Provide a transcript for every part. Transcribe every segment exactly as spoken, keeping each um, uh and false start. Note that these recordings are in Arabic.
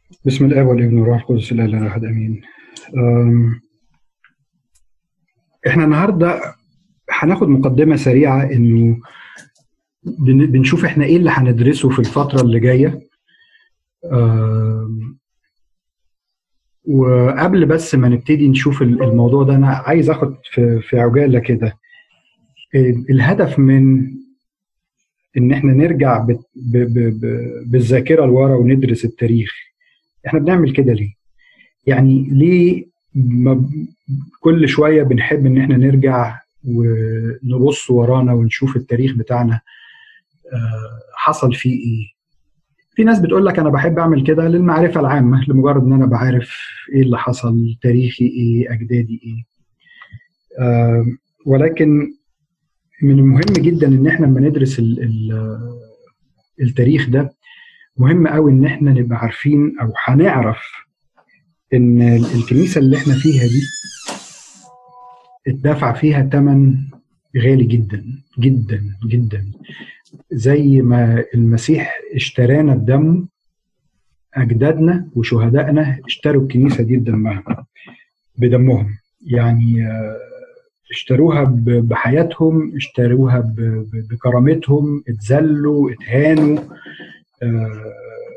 بسم الآب والابن والروح القدس الإله الأحد آمين. أم، إحنا النهاردة هناخد مقدمة سريعة إنه بن- بنشوف إحنا إيه اللي هندرسه في الفترة اللي جاية. أم، وقبل بس ما نبتدي نشوف ال- الموضوع ده، أنا عايز أخد في في عجالة كده ال- الهدف من إن إحنا نرجع ب- ب- ب- ب- بالذاكرة لورا وندرس التاريخ. إحنا بنعمل كده ليه؟ يعني ليه ما كل شوية بنحب إن إحنا نرجع ونبص ورانا ونشوف التاريخ بتاعنا، آه، حصل فيه إيه؟ في ناس بتقول لك أنا بحب أعمل كده للمعرفة العامة، لمجرد إن أنا بعرف إيه اللي حصل، تاريخي إيه، أجدادي إيه. آه، ولكن من المهم جدا إن إحنا لما ندرس ال- ال- التاريخ ده، مهم قوي إن إحنا نبقى عارفين أو هنعرف إن الكنيسة اللي إحنا فيها دي اتدفع فيها ثمن غالي جدا جدا جدا. زي ما المسيح اشترانا بدمه، أجدادنا وشهدائنا اشتروا الكنيسة دي بدمها، بدمهم. يعني آه، اشتروها ب- بحياتهم، اشتروها ب- ب- بكرامتهم، اتذلوا، اتهانوا، آه،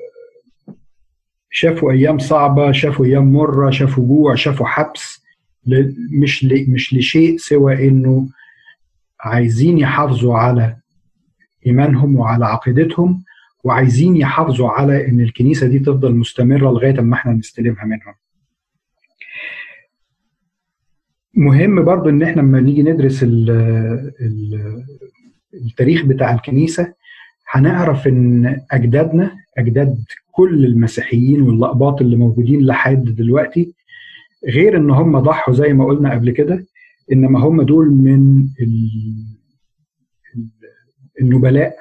شافوا أيام صعبة، شافوا أيام مرة، شافوا جوع، شافوا حبس، ل- مش ل- مش لشيء سوى إنه عايزين يحافظوا على إيمانهم وعلى عقيدتهم، وعايزين يحافظوا على إن الكنيسة دي تفضل مستمرة لغاية ما احنا نستلمها منهم. مهم برضو إن احنا لما نيجي ندرس ال ال التاريخ بتاع الكنيسة، هنعرف إن أجدادنا، أجداد كل المسيحيين واللقباط اللي موجودين لحد دلوقتي، غير إن هم ضحوا زي ما قلنا قبل كده، إنما هم دول من ال- النبلاء،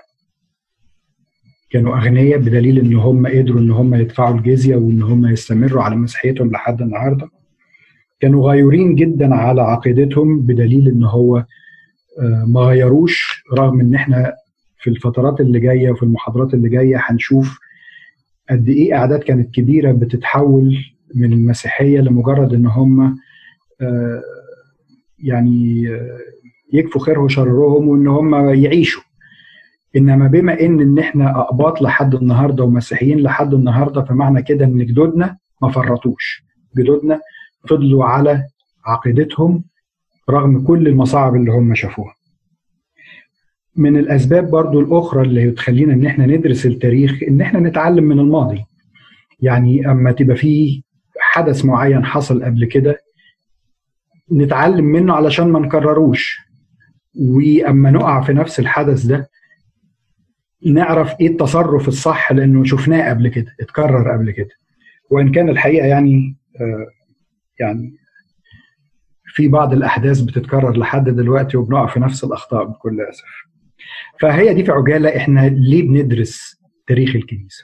كانوا أغنياء بدليل إن هم قدروا إن هم يدفعوا الجزية وإن هم يستمروا على مسيحيتهم لحد النهاردة. كانوا غيورين جدا على عقيدتهم بدليل إن هو آه، ما غيروش، رغم إن إحنا في الفترات اللي جاية وفي المحاضرات اللي جاية هنشوف قد إيه أعداد كانت كبيرة بتتحول من المسيحية لمجرد إن هم آه، يعني آه، يكفوا خير وشرهم وإن هم يعيشوا. انما بما ان ان احنا اقباط لحد النهارده ومسيحيين لحد النهارده، فمعنى كده ان جدودنا ما فرطوش، جدودنا فضلوا على عقيدتهم رغم كل المصاعب اللي هم شافوها. من الاسباب برضو الاخرى اللي تخلينا ان احنا ندرس التاريخ ان احنا نتعلم من الماضي. يعني اما تبقى فيه حدث معين حصل قبل كده، نتعلم منه علشان ما نكرروش، واما نقع في نفس الحدث ده نعرف ايه التصرف الصح لانه شفناه قبل كده، اتكرر قبل كده. وان كان الحقيقه يعني آه يعني في بعض الاحداث بتتكرر لحد دلوقتي وبنقع في نفس الاخطاء بكل اسف. فهي دي في عجاله احنا ليه بندرس تاريخ الكنيسه.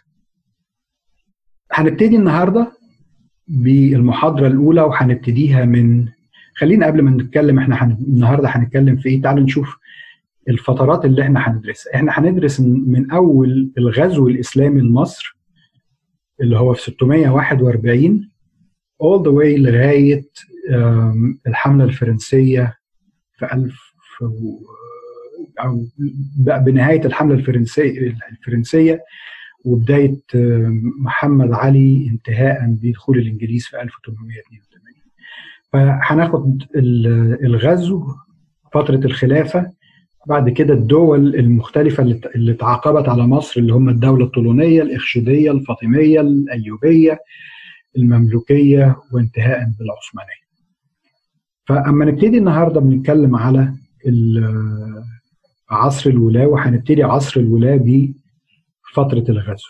هنبتدي النهارده بالمحاضره الاولى، وهنبتديها من، خلينا قبل ما نتكلم احنا حن... النهارده هنتكلم في ايه، تعالوا نشوف الفترات اللي احنا هندرسها. احنا هندرس من اول الغزو الاسلامي لمصر اللي هو في ستمائة وواحد وأربعين all the way لغاية آم، الحملة الفرنسية في ألف و- أو بقى بنهاية الحملة الفرنسية الفرنسية وبداية آم، محمد علي انتهاء بدخول الإنجليز في ألف وثمانمائة واثنين وثمانين. فهناخد ال- الغزو، فترة الخلافة، بعد كده الدول المختلفة اللي اللي تعاقبت على مصر، اللي هم الدولة الطولونية، الإخشيدية، الفاطمية، الأيوبية، المملوكية، وانتهاء بالعثمانية. فأما نبتدي النهاردة بنتكلم على ال- عصر الولاة، وهنبتدي عصر الولاة بفترة الغزو.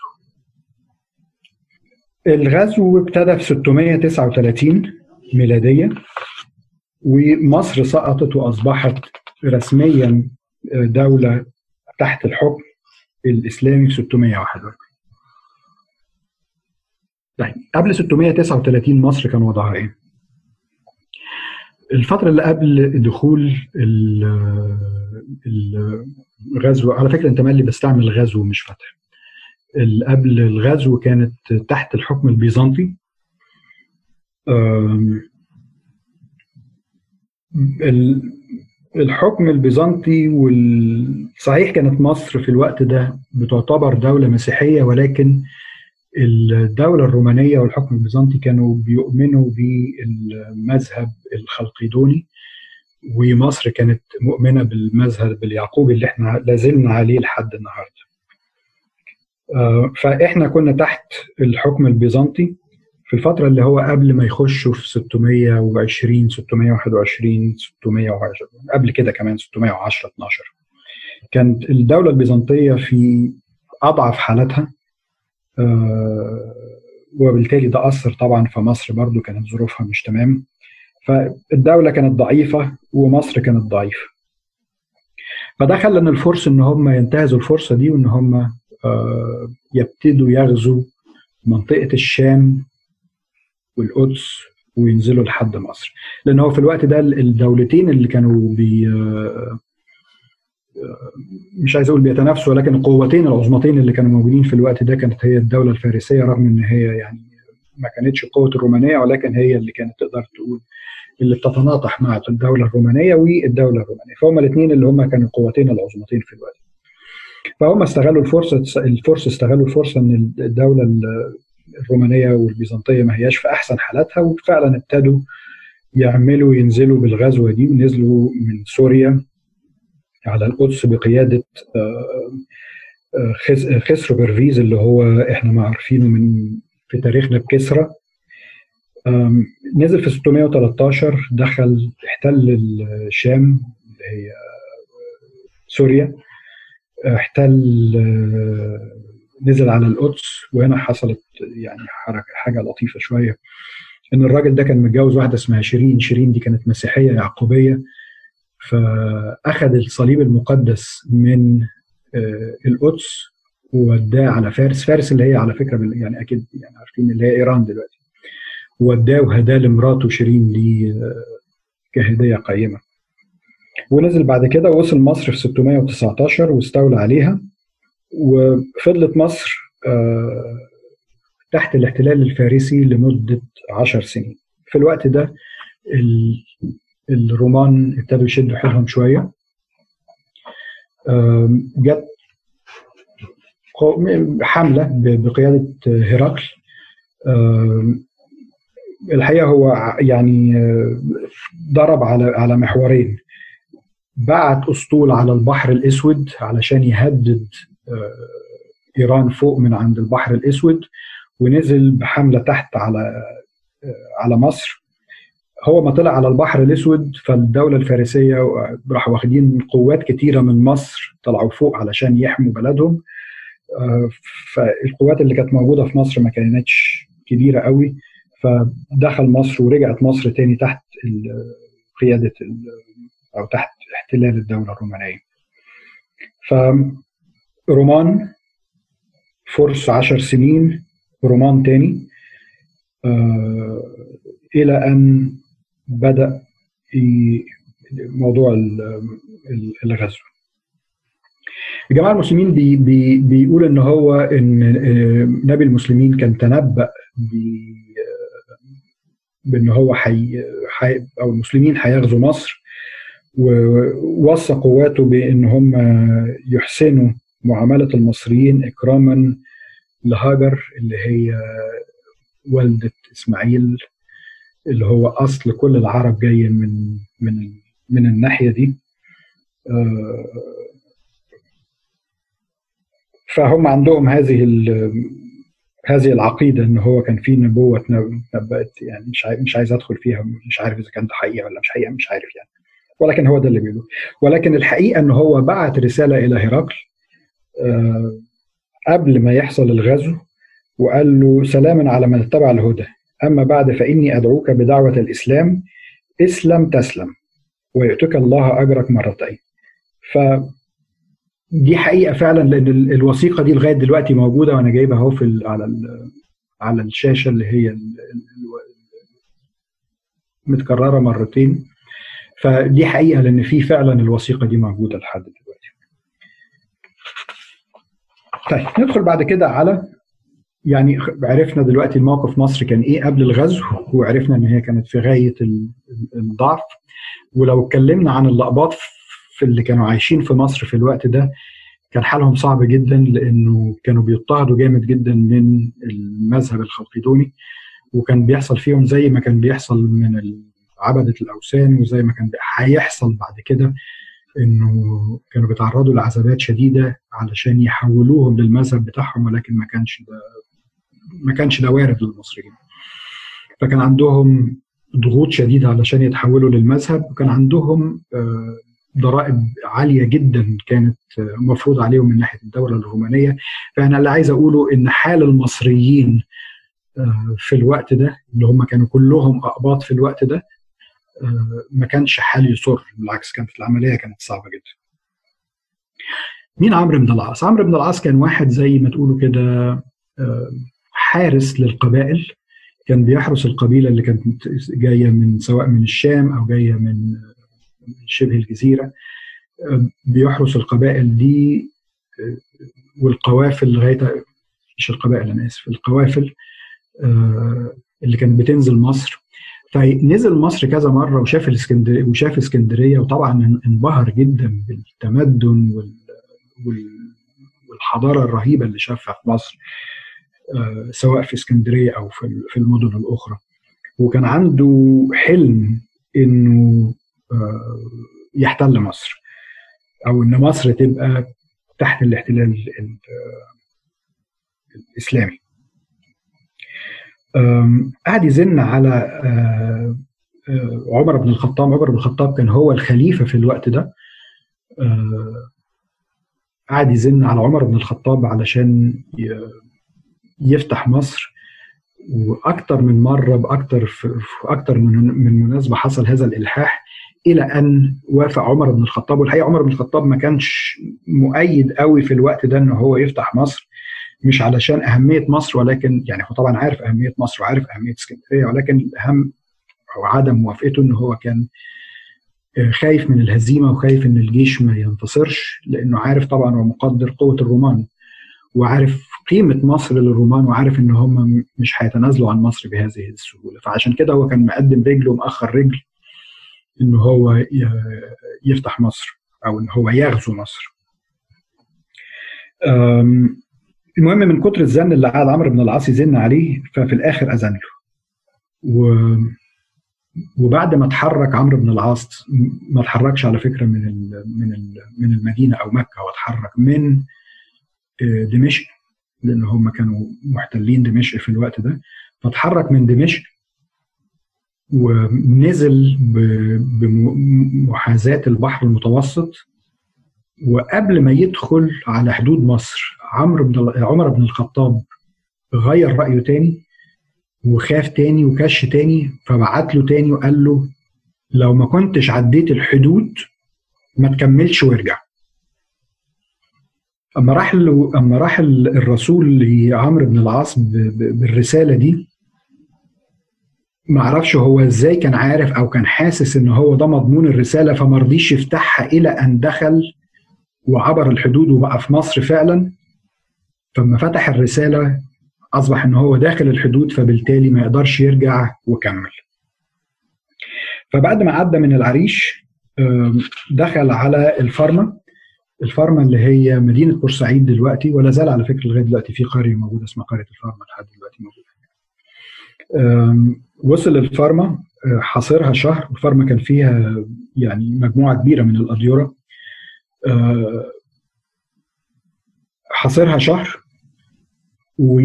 الغزو ابتدى في ستمائة وتسعة وثلاثين ميلادية، ومصر سقطت وأصبحت رسميا دولة تحت الحكم الإسلامي في ستمائة وواحد وأربعين. طيب قبل ستمائة وتسعة وثلاثين مصر كان وضعها إيه؟ الفترة اللي قبل دخول ال- الغزو، على فكرة أنت مالي بستعمل غزو مش فتح، قبل الغزو كانت تحت الحكم البيزنطي. الحكم البيزنطي والصحيح كانت مصر في الوقت ده بتعتبر دولة مسيحية، ولكن الدولة الرومانية والحكم البيزنطي كانوا بيؤمنوا بالمذهب الخلقيدوني، ومصر كانت مؤمنة بالمذهب اليعقوبي اللي احنا لازلنا عليه لحد النهاردة. فاحنا كنا تحت الحكم البيزنطي في الفترة اللي هو قبل ما يخشوا في ستمائة وعشرين ستمائة وواحد وعشرين ستمائة وعشرة، قبل كده كمان ستمائة وعشرة اتناشر. كانت الدولة البيزنطية في أضعف حالتها، وبالتالي ده أثر طبعا في مصر، برضو كانت ظروفها مش تمام، فالدولة كانت ضعيفة ومصر كانت ضعيفة. فده خلى ان الفرصة ان هم ينتهزوا الفرصة دي وان هم يبتدوا يغزوا منطقة الشام والقدس وينزلوا لحد مصر، لان هو في الوقت ده الدولتين اللي كانوا بي مش عايز اقول بيتنافسوا، ولكن القوتين العظمتين اللي كانوا موجودين في الوقت ده كانت هي الدولة الفارسية، رغم ان هي يعني ما كانتش قوة الرومانية، ولكن هي اللي كانت تقدر تقول اللي بتتناطح مع الدولة الرومانية والدولة الرومانية، فهم الاثنين اللي هم كانوا القوتين العظمتين في الوقت. فهم استغلوا الفرصة الفرصة استغلوا الفرصة ان الدولة الرومانية والبيزنطية ما هياش في احسن حالاتها، وفعلا ابتدوا يعملوا ينزلوا بالغزوة دي، ونزلوا من سوريا على القدس بقيادة خسرو برفيز اللي هو احنا ما عارفينه من في تاريخنا بكسرى. نزل في ستمائة وثلاثة عشر، دخل احتل الشام اللي هي سوريا، احتل نزل على القدس. وهنا حصلت يعني حركة حاجة لطيفة شوية، ان الراجل ده كان متجوز واحدة اسمها شيرين، شيرين دي كانت مسيحية يعقوبية، فأخذ الصليب المقدس من القدس ووداه على فارس، فارس اللي هي على فكرة يعني أكيد يعني عارفين اللي هي إيران دلوقتي، وداه وهداه لمراته شيرين دي كهدية قيمة. ونزل بعد كده ووصل مصر في ستمائة وتسعة عشر واستولى عليها، وفضلت مصر تحت الاحتلال الفارسي لمدة عشر سنين. في الوقت ده الرومان ابتدوا يشدوا حيلهم شوية، جت حملة بقيادة هرقل. الحقيقة هو يعني ضرب على على محورين، بعت أسطول على البحر الأسود علشان يهدد إيران فوق من عند البحر الأسود، ونزل بحملة تحت على على مصر. هو ما طلع على البحر الأسود فالدولة الفارسية راحوا واخدين قوات كتيرة من مصر طلعوا فوق علشان يحموا بلدهم، فالقوات اللي كانت موجودة في مصر ما كانتش كبيرة قوي، فدخل مصر ورجعت مصر تاني تحت قيادة أو تحت احتلال الدولة الرومانية. فرومان فرس عشر سنين، رومان تاني، إلى أن بدأ موضوع الغزو. الجماعة المسلمين بي بي بيقول ان هو ان نبي المسلمين كان تنبأ بان هو حي, حي او المسلمين هيغزوا مصر، ووصى قواته بان هم يحسنوا معاملة المصريين اكراما لهاجر اللي هي والدة اسماعيل، اللي هو اصل كل العرب جاي من من من الناحية دي. فهم عندهم هذه هذه العقيده ان هو كان في نبوه تنبأت، يعني مش عايز مش عايز ادخل فيها، مش عارف اذا كان ده حقيقه ولا مش حقيقه، مش عارف يعني، ولكن هو ده اللي بيقوله. ولكن الحقيقه ان هو بعت رساله الى هرقل قبل ما يحصل الغزو، وقال له سلاما على من اتبع الهدى، اما بعد فاني ادعوك بدعوه الاسلام، اسلم تسلم ويؤتك الله اجرك مرتين. ف دي حقيقة فعلا، لأن الوثيقة دي لغاية دلوقتي موجودة، وأنا جايبها اهو في على على الشاشة اللي هي متكررة مرتين. فدي حقيقة لأن في فعلا الوثيقة دي موجودة لحد دلوقتي. طيب ندخل بعد كده على، يعني عرفنا دلوقتي الموقف مصر كان ايه قبل الغزو، وعرفنا ان هي كانت في غايه الضعف. ولو اتكلمنا عن اللقباط في اللي كانوا عايشين في مصر في الوقت ده، كان حالهم صعب جدا، لانه كانوا بيضطهدوا جامد جدا من المذهب الخلقيدوني، وكان بيحصل فيهم زي ما كان بيحصل من عبدة الاوثان، وزي ما كان هيحصل بعد كده انه كانوا بيتعرضوا لعذابات شديده علشان يحولوهم للمذهب بتاعهم، ولكن ما كانش ده ما كانش ده وارد للمصريين. فكان عندهم ضغوط شديده علشان يتحولوا للمذهب، وكان عندهم ضرائب عاليه جدا كانت مفروض عليهم من ناحيه الدوله الرومانيه. فانا اللي عايز اقوله ان حال المصريين في الوقت ده، اللي هم كانوا كلهم اقباط في الوقت ده، ما كانش حال يسر، بالعكس كانت العمليه كانت صعبه جدا. مين عمرو بن العاص؟ عمرو بن العاص كان واحد زي ما تقولوا كده حارس للقبائل، كان بيحرس القبيله اللي كانت جايه من سواء من الشام او جايه من شبه الجزيره، بيحرس القبائل دي والقوافل لغايه، مش القبائل انا اسف، القوافل اللي كانت بتنزل مصر. فنزل مصر كذا مره وشاف الاسكندريه وشاف اسكندريه، وطبعا انبهر جدا بالتمدن والحضاره الرهيبه اللي شافها في مصر، سواء في اسكندريه او في المدن الاخرى. وكان عنده حلم انه يحتل مصر، او ان مصر تبقى تحت الاحتلال الاسلامي. قعد يزن على عمر بن الخطاب. عمر بن الخطاب كان هو الخليفه في الوقت ده. قعد يزن على عمر بن الخطاب علشان يفتح مصر، واكثر من مره باكثر في اكثر من من مناسبه حصل هذا الالحاح، الى ان وافق عمر بن الخطاب. والحقيقه عمر بن الخطاب ما كانش مؤيد قوي في الوقت ده ان هو يفتح مصر، مش علشان اهميه مصر، ولكن يعني هو طبعا عارف اهميه مصر وعارف اهميه اسكندريه، ولكن الاهم او عدم موافقته ان هو كان خايف من الهزيمه وخايف ان الجيش ما ينتصرش، لانه عارف طبعا ومقدر قوه الرومان، وعارف قيمه مصر للرومان، وعارف ان هم مش هيتنازلوا عن مصر بهذه السهوله. فعشان كده هو كان مقدم رجل ومأخر رجل ان هو يفتح مصر او ان هو يغزو مصر. المهم من كتر الزن اللي قعد عمرو بن العاص يزن عليه، ففي الاخر اذن له. و... وبعد ما اتحرك عمرو بن العاص، ما اتحركش على فكره من ال... من ال... من المدينه او مكه، هو اتحرك من دمشق، لان هم كانوا محتلين دمشق في الوقت ده. فاتحرك من دمشق ونزل ب... بمحاذاه البحر المتوسط، وقبل ما يدخل على حدود مصر عمرو بن عمر بن الخطاب غير رأيه تاني وخاف تاني وكش تاني، فبعت له تاني وقال له لو ما كنتش عديت الحدود ما تكملش وارجع. اما راح له اما راح الرسول لعمرو بن العاص بالرساله دي، ما اعرفش هو ازاي كان عارف او كان حاسس ان هو ده مضمون الرساله، فما رضيش يفتحها الى ان دخل وعبر الحدود وبقى في مصر فعلا. فلما فتح الرسالة أصبح إن هو داخل الحدود، فبالتالي ما يقدرش يرجع وكمل. فبعد ما عدى من العريش دخل على الفرمة. الفرمة اللي هي مدينة بورسعيد دلوقتي، ولا زال على فكرة لغاية دلوقتي في قرية موجودة اسمها قرية الفرمة لحد دلوقتي موجودة. وصل الفرمة حاصرها شهر. الفرمة كان فيها يعني مجموعة كبيرة من الأديرة، حاصرها شهر و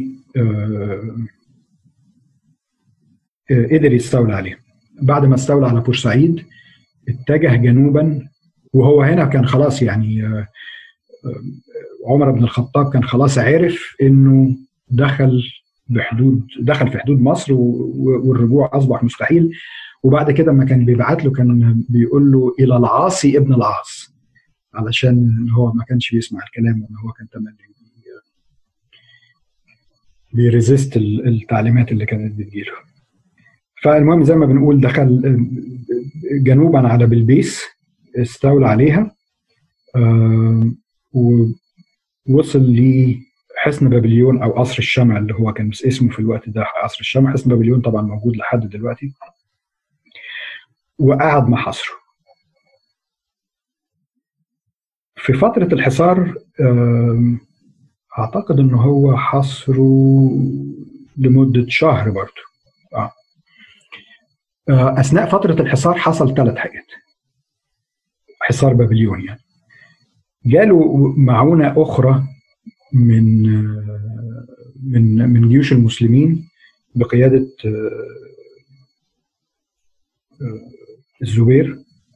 قدر يستولى عليها. بعد ما استولى على بورسعيد اتجه جنوبا، وهو هنا كان خلاص يعني عمر بن الخطاب كان خلاص عرف انه دخل بحدود دخل في حدود مصر والرجوع اصبح مستحيل. وبعد كده ما كان بيبعت له كان بيقول له الى العاصي ابن العاص، علشان هو ما كانش بيسمع الكلام، وان هو كان تملي بيريزيست التعليمات اللي كانت بتجيله. فالمهم زي ما بنقول دخل جنوبا على بلبيس، استولى عليها، وصل لحصن بابليون او قصر الشمع اللي هو كان اسمه في الوقت ده قصر الشمع. حصن بابليون طبعا موجود لحد دلوقتي، وقعد محاصره. في فترة الحصار اعتقد ان هو حصره لمدة شهر برضه. آه. اثناء فترة الحصار حصل ثلاث حاجات. حصار بابليون يعني جاله معونة اخرى من من من جيوش المسلمين بقيادة الزبير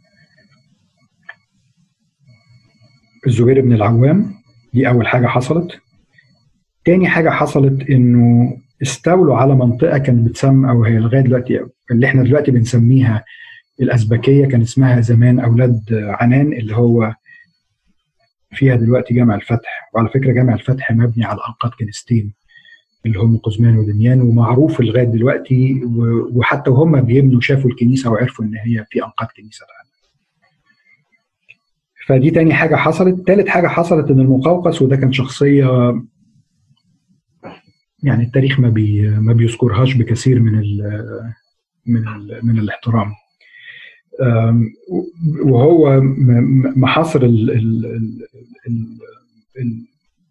الزبير بن العوام. دي أول حاجة حصلت. تاني حاجة حصلت إنه استولوا على منطقة كانت بتسمى، أو هي لغاية دلوقتي اللي إحنا دلوقتي بنسميها الأزبكية، كان اسمها زمان أولاد عنان، اللي هو فيها دلوقتي جامع الفتح. وعلى فكرة جامع الفتح مبني على أنقاض كنيستين اللي هم قزمان ودميان، ومعروف لغاية دلوقتي، وحتى وهم بيبنوا شافوا الكنيسة وعرفوا إن هي في أنقاض كنيسة تانية. فدي تاني حاجة حصلت. تالت حاجة حصلت إن المقوقس، وده كان شخصية يعني التاريخ ما بي ما بيذكرهاش بكثير من ال من ال من الاحترام، وهو محاصر ال ال ال ال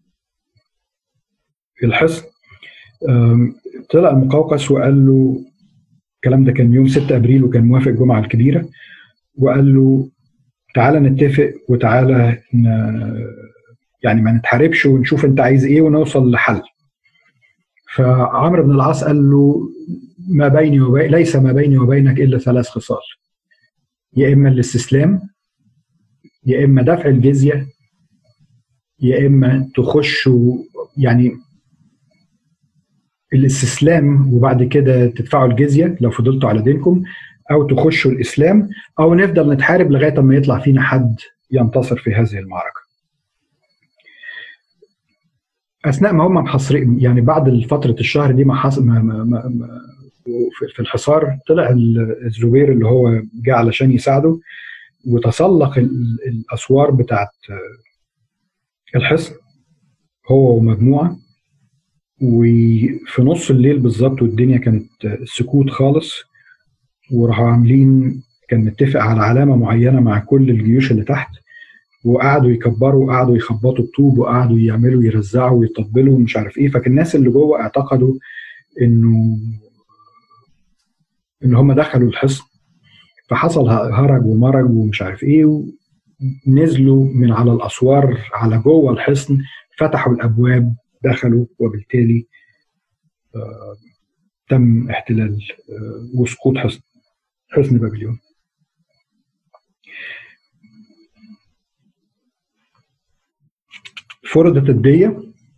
الحصن. طلع المقوقس وقال له، الكلام ده كان يوم ستة أبريل وكان موافق الجمعة الكبيرة، وقال له تعالى نتفق وتعالى يعني ما نتحاربش ونشوف انت عايز ايه ونوصل لحل. فعمرو بن العاص قال له ما بيني وبين ليس ما بيني وبينك الا ثلاث خصال، يا اما الاستسلام، يا اما دفع الجزيه، يا اما تخشوا يعني الاستسلام وبعد كده تدفعوا الجزيه لو فضلتوا على دينكم، او تخشوا الاسلام، او نفضل نتحارب لغايه ما يطلع فينا حد ينتصر في هذه المعركه. اثناء ما هم محاصرين يعني بعد فتره الشهر دي ما حصل ما ما ما في الحصار، طلع الزبير اللي هو جه علشان يساعده وتسلق الاسوار بتاعت الحصن هو ومجموعه، وفي نص الليل بالظبط والدنيا كانت سكوت خالص، وراحوا عاملين كان متفق على علامه معينه مع كل الجيوش اللي تحت، وقعدوا يكبروا وقعدوا يخبطوا الطوب وقعدوا يعملوا يرزعوا ويطبلوا ومش عارف ايه. فكان الناس اللي جوه اعتقدوا انه ان هم دخلوا الحصن، فحصل هرج ومرج ومش عارف ايه، ونزلوا من على الاسوار على جوه الحصن، فتحوا الابواب دخلوا، وبالتالي آه تم احتلال آه وسقوط حصن حصن بابليون. فرضت الدية.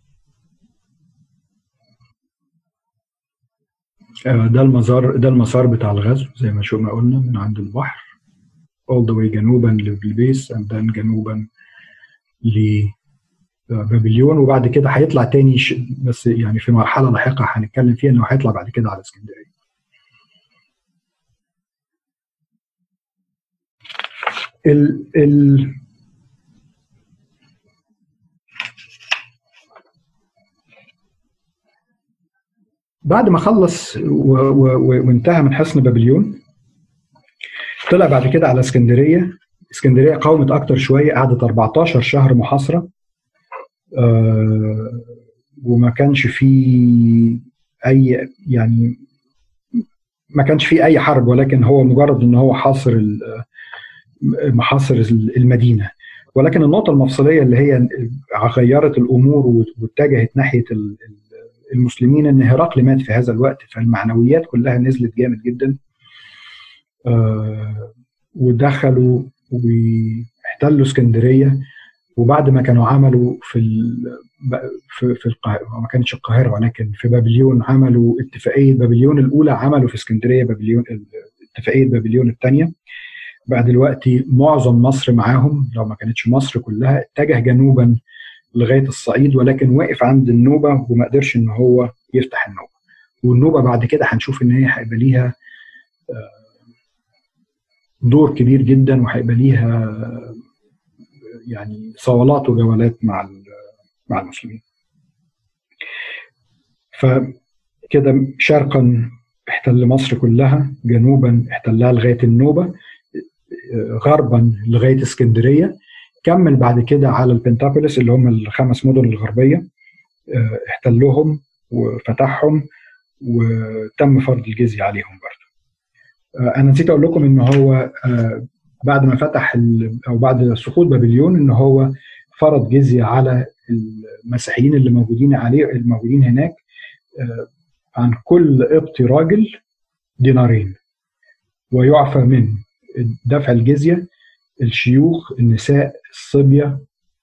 ده المزار ده المسار بتاع الغزو زي ما شو ما قلنا، من عند البحر all the way جنوبا لبلبيس and then جنوبا لبابليون، وبعد كده هيطلع تاني بس يعني في مرحلة لاحقة هنتكلم فيها انه هيطلع بعد كده على اسكندرية. ال ال بعد ما خلص وانتهى من حصن بابليون، طلع بعد كده على اسكندريه. اسكندريه قاومت اكتر شويه، قعدت أربعتاشر شهر محاصره، أه وما كانش فيه اي يعني ما كانش فيه اي حرب، ولكن هو مجرد ان هو حاصر محاصر المدينه. ولكن النقطه المفصليه اللي هي غيرت الامور واتجهت ناحيه المسلمين ان هرقل مات في هذا الوقت، فالمعنويات كلها نزلت جامد جدا. آه ودخلوا واحتلوا اسكندريه، وبعد ما كانوا عملوا في في في القاهره، ما كانتش القاهره ولكن في بابليون، عملوا اتفاقيه بابليون الاولى، عملوا في اسكندريه بابليون اتفاقيه بابليون الثانيه. بقى دلوقتي معظم مصر معاهم، لو ما كانتش مصر كلها، اتجه جنوبا لغايه الصعيد، ولكن وقف عند النوبه وما قدرش ان هو يفتح النوبه. والنوبه بعد كده هنشوف ان هي هيبقى ليها دور كبير جدا، وهيبقى ليها يعني صولات وجولات مع مع المسلمين. فكده شرقا احتل مصر كلها، جنوبا احتلها لغايه النوبه، غربا لغايه اسكندريه، كمل بعد كده على البنتابوليس اللي هم الخمس مدن الغربيه، احتلوهم وفتحهم وتم فرض الجزيه عليهم برضه. انا نسيت اقول لكم ان هو بعد ما فتح او بعد سقوط بابليون ان هو فرض جزيه على المسيحيين اللي موجودين عليه الموجودين هناك، عن كل قبطي راجل دينارين، ويعفى من دفع الجزيه الشيوخ، النساء، الصبيه،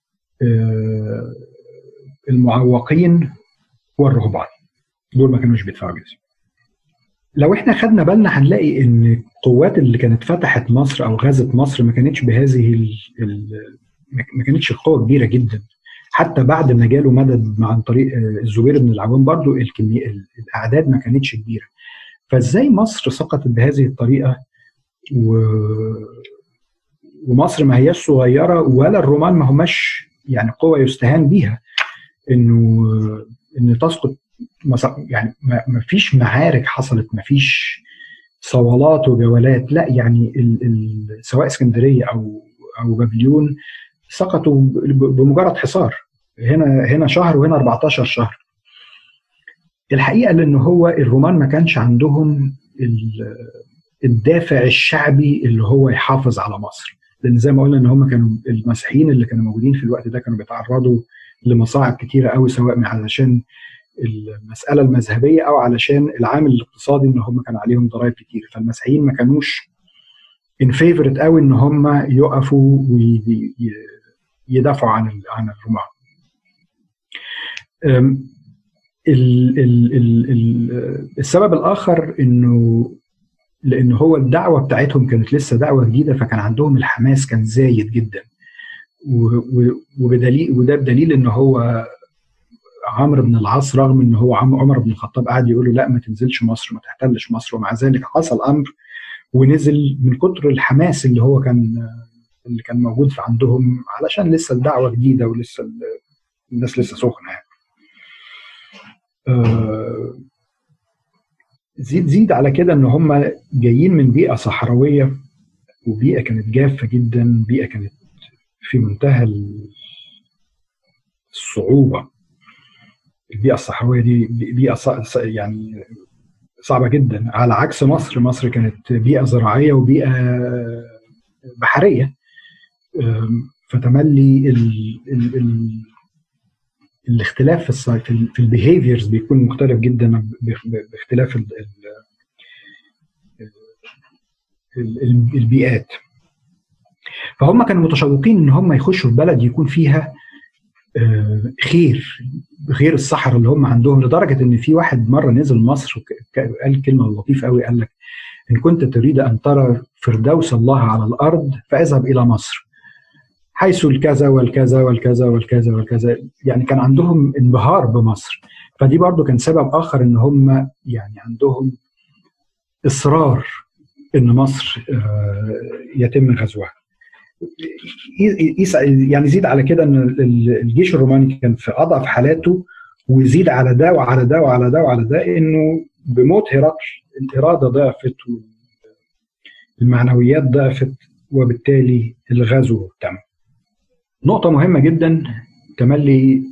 المعوقين والرهبان. دول ما كانوش بيدفعوا جزيه. لو احنا خدنا بالنا هنلاقي ان القوات اللي كانت فتحت مصر او غزت مصر ما كانتش بهذه ال ال ما كانتش قوه كبيره جدا. حتى بعد ما جاله مدد عن طريق الزبير بن العوام برضو الكمية الاعداد ما كانتش كبيره. فازاي مصر سقطت بهذه الطريقه؟ و... ومصر ما هياش صغيره، ولا الرومان ما هماش يعني قوه يستهان بيها انه ان تسقط. يعني ما فيش معارك حصلت، ما فيش صولات وجولات، لا يعني ال ال سواء اسكندريه او او بابليون سقطوا بمجرد حصار، هنا هنا شهر وهنا أربعتاشر شهر. الحقيقه لان هو الرومان ما كانش عندهم الدافع الشعبي اللي هو يحافظ على مصر، لان زي ما قلنا ان هم كانوا المسيحيين اللي كانوا موجودين في الوقت ده كانوا بيتعرضوا لمصاعب كتيره قوي، سواء علشان المساله المذهبيه او علشان العامل الاقتصادي ان هم كان عليهم ضرائب كتير. فالمسيحيين ما كانوش ان فيفورت قوي ان هم يقفوا ويدافعوا عن عن الرومان. ال ال ال ال السبب الاخر انه لان هو الدعوه بتاعتهم كانت لسه دعوه جديده، فكان عندهم الحماس كان زايد جدا، وبدليل وده بدليل ان هو عمرو بن العاص رغم ان هو عمر بن الخطاب قاعد يقول له لا ما تنزلش مصر ما تحتلش مصر، ومع ذلك حصل امر ونزل من كتر الحماس اللي هو كان اللي كان موجود في عندهم، علشان لسه الدعوه جديده ولسه الناس لسه سخنه يعني. آه زيد زيد على كده ان هم جايين من بيئه صحراويه، وبيئه كانت جافه جدا، بيئه كانت في منتهى الصعوبه. البيئه الصحراويه دي بيئه يعني صعبه جدا، على عكس مصر. مصر كانت بيئه زراعيه وبيئه بحريه، فتملي ال ال ال الاختلاف في في البيهيفيرز بيكون مختلف جدا باختلاف ال ال البيئات. فهم كانوا متشوقين ان هم يخشوا في بلد يكون فيها خير غير الصحراء اللي هم عندهم، لدرجه ان في واحد مره نزل مصر وقال كلمه لطيفه قوي، قال لك ان كنت تريد ان ترى فردوس الله على الارض فاذهب الى مصر حيث الكذا والكذا والكذا والكذا والكذا. يعني كان عندهم انبهار بمصر. فدي برضو كان سبب اخر ان هم يعني عندهم اصرار ان مصر يتم غزوها. يعني زيد على كده ان الجيش الروماني كان في اضعف حالاته، ويزيد على ده وعلى ده وعلى ده وعلى ده انه بموت هرقل الاراده ضعفت والمعنويات ضعفت، وبالتالي الغزو تم. نقطه مهمه جدا تملي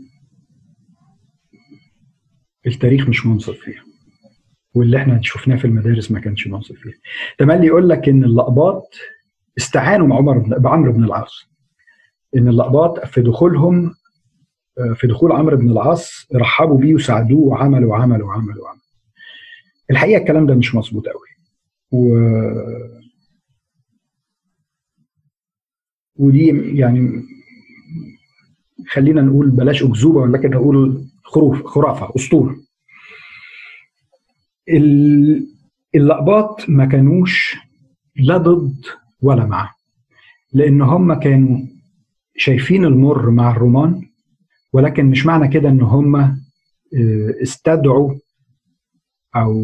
التاريخ مش منصف فيها، واللي احنا شفناه في المدارس ما كانش منصف فيها. تملي يقول لك ان اللقباط استعانوا مع عمر بعمرو بن العاص، ان اللقباط في دخولهم في دخول عمرو بن العاص رحبوا بيه وساعدوه وعملوا وعملوا وعملوا وعملوا. الحقيقه الكلام ده مش مظبوط قوي، و ودي يعني خلينا نقول بلاش اكذوبه، ولكن نقول خروف خرافه اسطوره. اللقباط ما كانوش لا ضد ولا مع، لان هم كانوا شايفين المر مع الرومان، ولكن مش معنى كده ان هم استدعوا او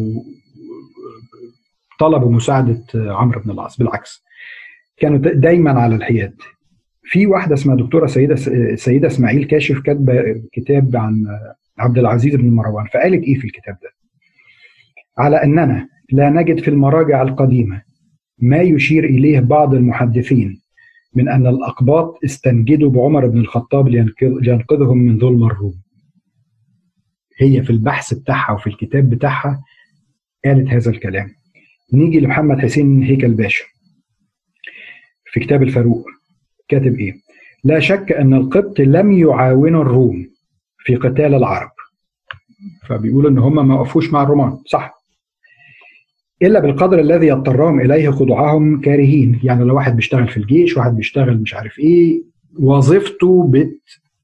طلبوا مساعده عمرو بن العاص، بالعكس كانوا دايما على الحياد. في واحده اسمها دكتوره سيده سيده اسماعيل كاشف كاتبه كتاب عن عبد العزيز بن مروان، فقالت ايه في الكتاب ده؟ على اننا لا نجد في المراجع القديمه ما يشير اليه بعض المحدثين من ان الاقباط استنجدوا بعمر بن الخطاب لينقذهم من ظلم الروم. هي في البحث بتاعها وفي الكتاب بتاعها قالت هذا الكلام. نيجي لمحمد حسين هيكل باشا في كتاب الفاروق، كاتب ايه؟ لا شك ان القبط لم يعاونوا الروم في قتال العرب، فبيقولوا ان هم ما وقفوش مع الرومان، صح، الا بالقدر الذي يضطرهم اليه خضوعهم كارهين. يعني لو واحد بيشتغل في الجيش، واحد بيشتغل مش عارف ايه، وظيفته بت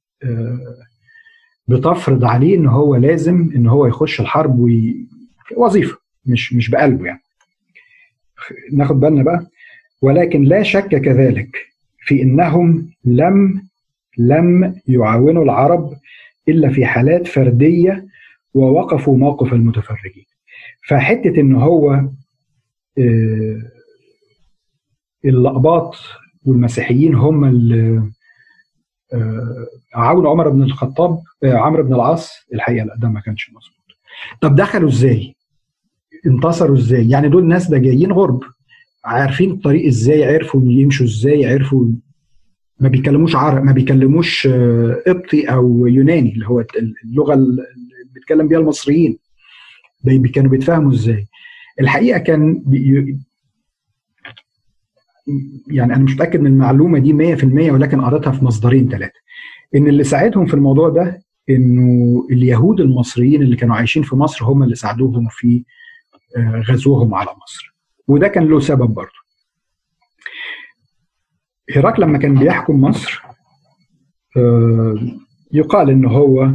بتفرض عليه ان هو لازم ان هو يخش الحرب، وي... وظيفه مش مش بقلبه يعني. ناخد بالنا بقى. ولكن لا شك كذلك في انهم لم لم يعاونوا العرب الا في حالات فرديه ووقفوا موقف المتفرجين. فحته ان هو الأقباط والمسيحيين هم اللي عاونوا عمر بن الخطاب عمرو بن العاص، الحقيقه لا، ده ما كانش مظبوط. طب دخلوا ازاي؟ انتصروا ازاي؟ يعني دول ناس ده جايين غرب، عارفين الطريق ازاي، عرفوا يمشوا ازاي، عرفوا ما بيكلموش عرب، ما بيكلموش قبطي او يوناني اللي هو اللغه اللي بيتكلم بيها المصريين، كانوا بيتفاهموا ازاي؟ الحقيقه كان بي... يعني انا مش متاكد من المعلومه دي مية في المية، ولكن قريتها في مصدرين ثلاثه، ان اللي ساعدهم في الموضوع ده انه اليهود المصريين اللي كانوا عايشين في مصر هم اللي ساعدوهم في غزوهم على مصر، وده كان له سبب برضه. هرقل لما كان بيحكم مصر يقال ان هو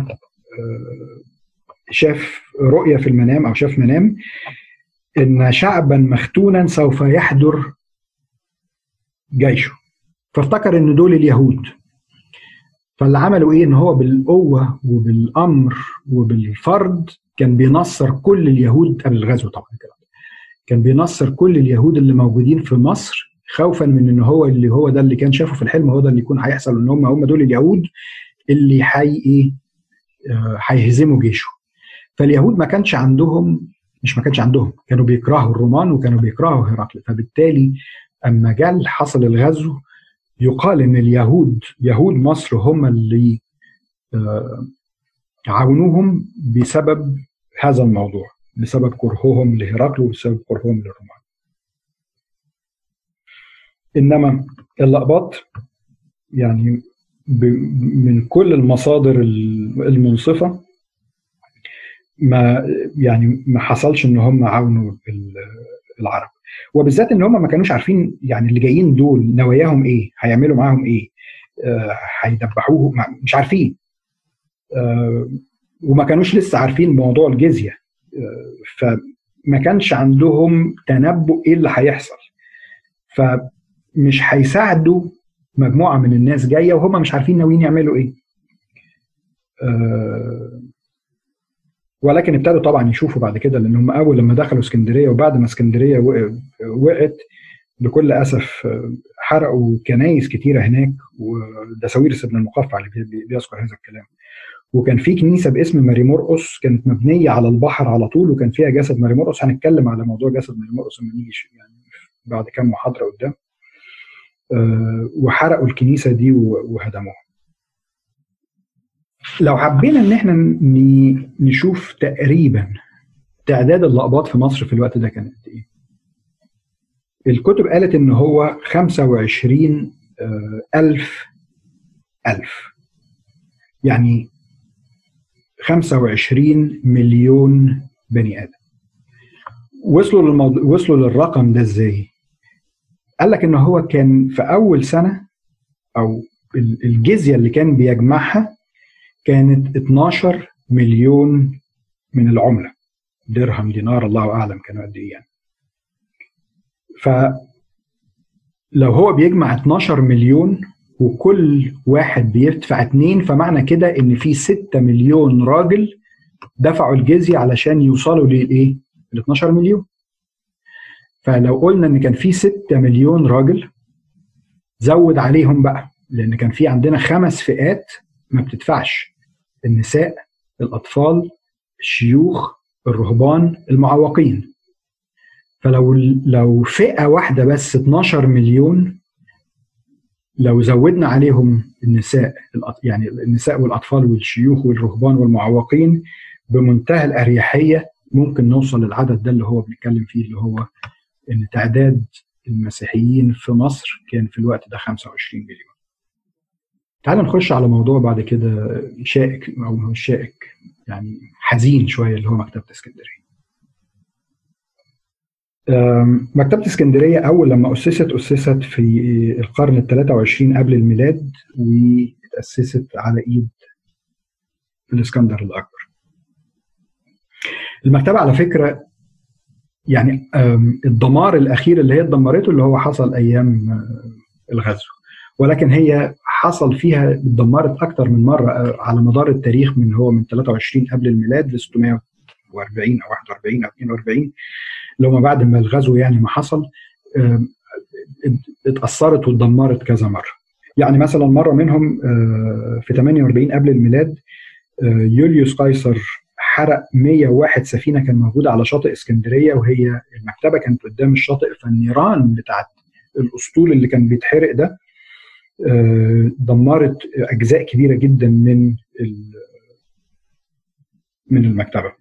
شاف رؤية في المنام او شاف منام ان شعبا مختونا سوف يحضر جيشه، فافتكر ان دول اليهود. فاللي عملوا ايه؟ ان هو بالقوة وبالامر وبالفرض كان بينصر كل اليهود قبل الغزو طبعا كده، كان بينصر كل اليهود اللي موجودين في مصر، خوفا من ان هو اللي هو ده اللي كان شافه في الحلم هو ده اللي يكون هيحصل، ان هم هم دول اليهود اللي حي ايه هيهزموا جيشه. فاليهود ما كانش عندهم مش ما كانش عندهم كانوا بيكرهوا الرومان وكانوا بيكرهوا هرقل، فبالتالي اما جال حصل الغزو يقال ان اليهود يهود مصر هم اللي عاونوهم بسبب هذا الموضوع، بسبب كرههم لهرقل وبسبب كرههم للرومان. انما الأقباط يعني من كل المصادر المنصفه ما يعني ما حصلش ان هم عاونوا العرب، وبالذات ان هم ما كانوش عارفين يعني اللي جايين دول نواياهم ايه، هيعملوا معاهم ايه، هيدبحوه، آه مش عارفين، آه وما كانوش لسه عارفين موضوع الجزيه، آه فما كانش عندهم تنبؤ ايه اللي هيحصل، فمش هيساعدوا مجموعه من الناس جايه وهم مش عارفين ناويين يعملوا ايه. آه ولكن ابتدوا طبعا يشوفوا بعد كده، لان هم اول لما دخلوا اسكندريه وبعد ما اسكندريه وقعت بكل اسف حرقوا كنايس كتيره هناك، وده ساويرس بن المقفع اللي بيذكر هذا الكلام. وكان في كنيسه باسم ماري مرقس كانت مبنيه على البحر على طول، وكان فيها جسد ماري مرقس. هنتكلم على موضوع جسد ماري مرقس لما نيجي يعني بعد كام محاضره قدام. أه وحرقوا الكنيسه دي وهدموها. لو حبينا ان احنا نشوف تقريبا تعداد الأقباط في مصر في الوقت ده كان قد ايه؟ الكتب قالت ان هو خمسة وعشرين ألف ألف، يعني خمسة وعشرين مليون بني آدم. وصلوا للموضوع وصلوا للرقم ده ازاي؟ قال لك ان هو كان في اول سنة او الجزية اللي كان بيجمعها كانت اتناشر مليون من العملة، درهم دينار الله اعلم كانوا قد ايه يعني. فلو هو بيجمع اتناشر مليون وكل واحد بيدفع اتنين، فمعنى كده ان في ستة مليون راجل دفعوا الجزية علشان يوصلوا للايه؟ ل اتناشر مليون. فلو قلنا ان كان في ستة مليون راجل، زود عليهم بقى لان كان في عندنا خمس فئات ما بتدفعش: النساء، الاطفال، الشيوخ، الرهبان، المعوقين. فلو لو فئه واحده بس اتناشر مليون، لو زودنا عليهم النساء، يعني النساء والاطفال والشيوخ والرهبان والمعوقين، بمنتهى الاريحيه ممكن نوصل للعدد ده اللي هو بنتكلم فيه، اللي هو ان تعداد المسيحيين في مصر كان في الوقت ده خمسة وعشرين مليون. تعال نخش على موضوع بعد كده شائك او مش شائك، يعني حزين شويه، اللي هو مكتبه اسكندريه. مكتبة اسكندرية أول لما أسست أسست في القرن الثالث والعشرين قبل الميلاد، وتأسست على إيد الإسكندر الأكبر. المكتبة على فكرة يعني الدمار الأخير اللي هي اتدمرته اللي هو حصل أيام الغزو، ولكن هي حصل فيها اتدمرت أكتر من مرة على مدار التاريخ، من هو من ثلاثة وعشرين قبل الميلاد ل ستمائة وأربعين أو واحد وأربعين أو اثنين وأربعين، لو ما بعد ما الغزو يعني ما حصل اتأثرت واتدمرت كذا مرة. يعني مثلا مرة منهم في ثمانية وأربعين قبل الميلاد يوليوس قيصر حرق مئة وواحد سفينة كان موجودة على شاطئ اسكندرية، وهي المكتبة كانت قدام الشاطئ، فالنيران بتاعت الأسطول اللي كان بيتحرق ده دمرت أجزاء كبيرة جدا من من المكتبة.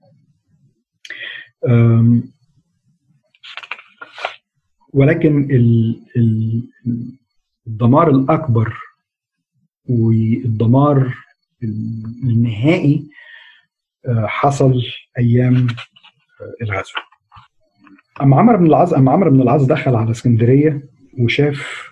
ولكن الدمار الأكبر والدمار النهائي حصل أيام الغزو. أما عمرو بن العاص أما عمرو بن العاص دخل على اسكندرية وشاف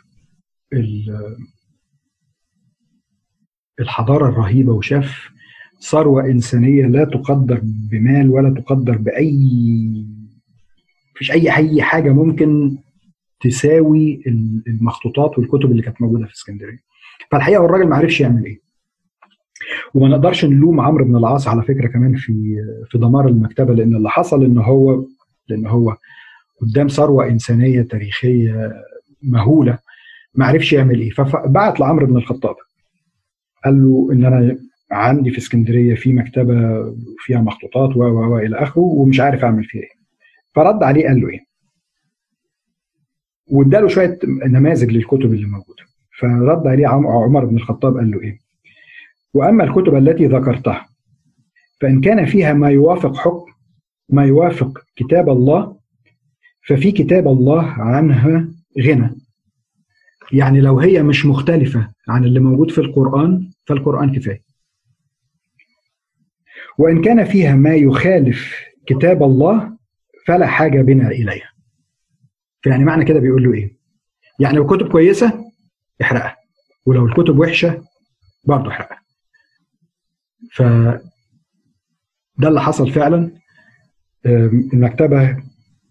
الحضارة الرهيبة، وشاف ثروة إنسانية لا تقدر بمال ولا تقدر بأي، مفيش أي أي حاجة ممكن تساوي المخطوطات والكتب اللي كانت موجودة في اسكندرية. فالحقيقة الراجل ما عرفش يعمل إيه، وما نقدرش نلوم عمرو بن العاص على فكرة كمان في في دمار المكتبة، لأن اللي حصل إن هو لأن هو قدام ثروة إنسانية تاريخية مهولة ما عرفش يعمل إيه. فبعت لعمرو بن الخطاب قال له إن أنا عندي في اسكندرية في مكتبة فيها مخطوطات و و إلى آخره ومش عارف أعمل فيها إيه. فرد عليه قال له إيه، واداله شوية نماذج للكتب اللي موجودة. فرد عليه عمر بن الخطاب قال له إيه: وأما الكتب التي ذكرتها فإن كان فيها ما يوافق حكم ما يوافق كتاب الله ففي كتاب الله عنها غنى. يعني لو هي مش مختلفة عن اللي موجود في القرآن فالقرآن كفاية. وإن كان فيها ما يخالف كتاب الله فلا حاجة بنا إليها. فيعني معنى كده بيقول له إيه؟ يعني لو الكتب كويسة احرقها، ولو الكتب وحشة برضه احرقها. فده اللي حصل فعلا. المكتبة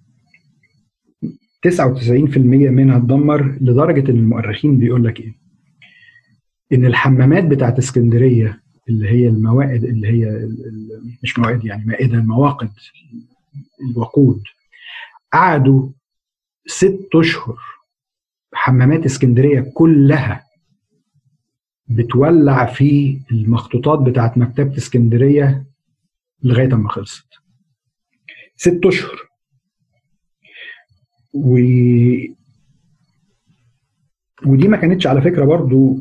تسعة وتسعين بالمئة منها اتدمر، لدرجة ان المؤرخين بيقول لك ايه، ان الحمامات بتاعت اسكندرية اللي هي الموائد اللي هي مش موائد يعني مائدة، المواقد الوقود، قعدوا ست اشهر حمامات اسكندرية كلها بتولع في المخطوطات بتاعت مكتبة اسكندرية لغاية ما خلصت. ست اشهر. و... ودي ما كانتش على فكرة برضو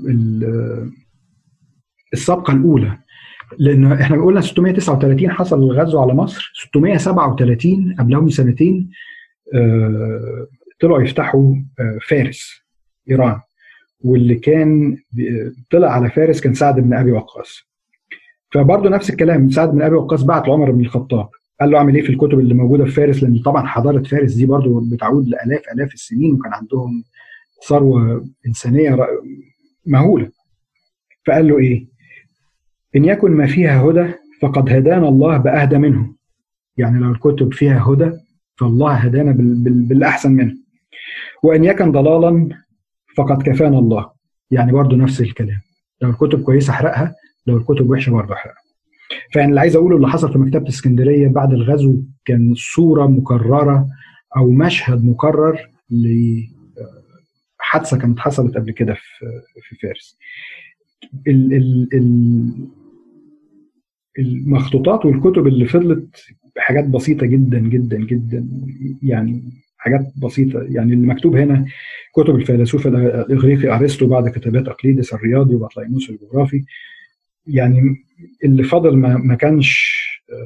السابقة الأولى، لأن احنا قلنا ستمائة وتسعة وثلاثين حصل الغزو على مصر، ستمائة وسبعة وثلاثين قبلهم سنتين آه طلعوا يفتحوا آه فارس، إيران، واللي كان طلع على فارس كان سعد بن أبي وقاص. فبرضو نفس الكلام، سعد بن أبي وقاص بعت لعمر بن الخطاب قال له اعمل ايه في الكتب اللي موجوده في فارس، لان طبعا حضاره فارس دي برضو بتعود لالاف الاف السنين، وكان عندهم ثروه انسانيه مهوله. فقال له ايه: ان يكن ما فيها هدى فقد هدانا الله باهدى منه. يعني لو الكتب فيها هدى فالله هدانا بالاحسن منه. وان يكن ضلالا فقد كفانا الله. يعني برضو نفس الكلام، لو الكتب كويسه احرقها، لو الكتب وحشه برضو احرقها. فيعني اللي عايز اقوله اللي حصل في مكتبه اسكندريه بعد الغزو كان صوره مكرره او مشهد مكرر لحاله حادثه كانت حصلت قبل كده في في فارس. ال ال ال المخطوطات والكتب اللي فضلت حاجات بسيطه جدا جدا جدا، يعني حاجات بسيطه. يعني اللي مكتوب هنا كتب الفيلسوف الاغريقي ارسطو بعد كتابات اقليدس الرياضي وبطليموس الجغرافي. يعني اللي فضل ما, ما كانش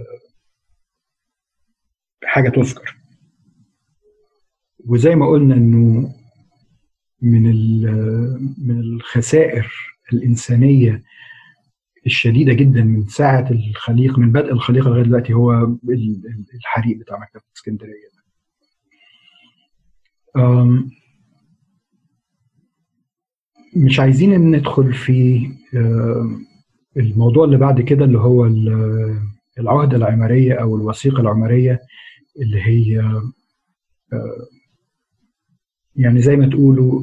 حاجه تذكر. وزي ما قلنا انه من من الخسائر الانسانيه الشديده جدا من ساعه الخليقه، من بدء الخليقه لغايه دلوقتي، هو الحريق بتاع مكتبه اسكندريه. مش عايزين ندخل في الموضوع اللي بعد كده اللي هو العهدة العمرية أو الوثيقة العمرية، اللي هي يعني زي ما تقولوا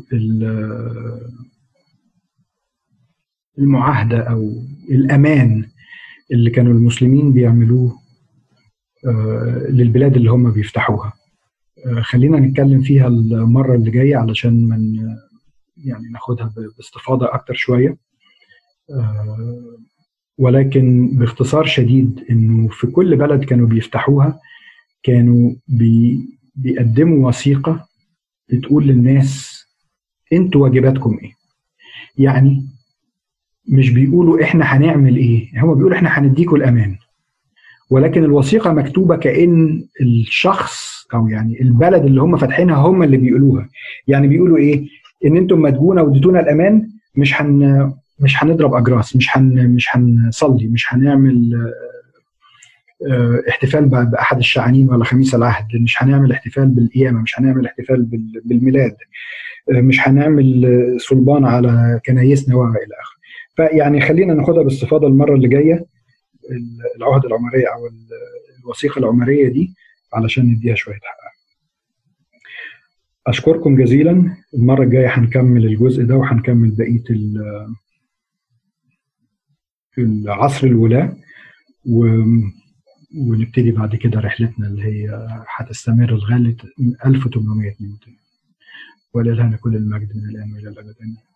المعاهدة أو الأمان اللي كانوا المسلمين بيعملوه للبلاد اللي هم بيفتحوها. خلينا نتكلم فيها المرة اللي جاية علشان من يعني ناخدها باستفاضة أكتر شوية. ولكن باختصار شديد إنه في كل بلد كانوا بيفتحوها كانوا بي بيقدموا وثيقة بتقول للناس انتوا واجباتكم ايه. يعني مش بيقولوا احنا هنعمل ايه، هم بيقولوا احنا هنديكوا الامان، ولكن الوثيقة مكتوبة كأن الشخص او يعني البلد اللي هم فاتحينها هم اللي بيقولوها. يعني بيقولوا ايه؟ ان انتم مدجونا واديتونا الامان، مش هن مش هنضرب اجراس، مش هن مش هنصلي، مش هنعمل احتفال باحد الشعانين ولا خميس العهد، مش هنعمل احتفال بالقيامه، مش هنعمل احتفال بالميلاد، مش هنعمل صلبان على كنايسنا والى اخره. فيعني خلينا ناخدها باستفاضه المره اللي جايه، العهد العمريه او الوثيقه العمريه دي، علشان نديها شويه حقها. اشكركم جزيلا. المره الجايه هنكمل الجزء ده وهنكمل بقيه العصر الولاة، و ونبتدي بعد كده رحلتنا اللي هي هتستمر لغاية ألف وثمانمائة واثنين وثمانين. ولله كل المجد من الآن وإلى الأبد.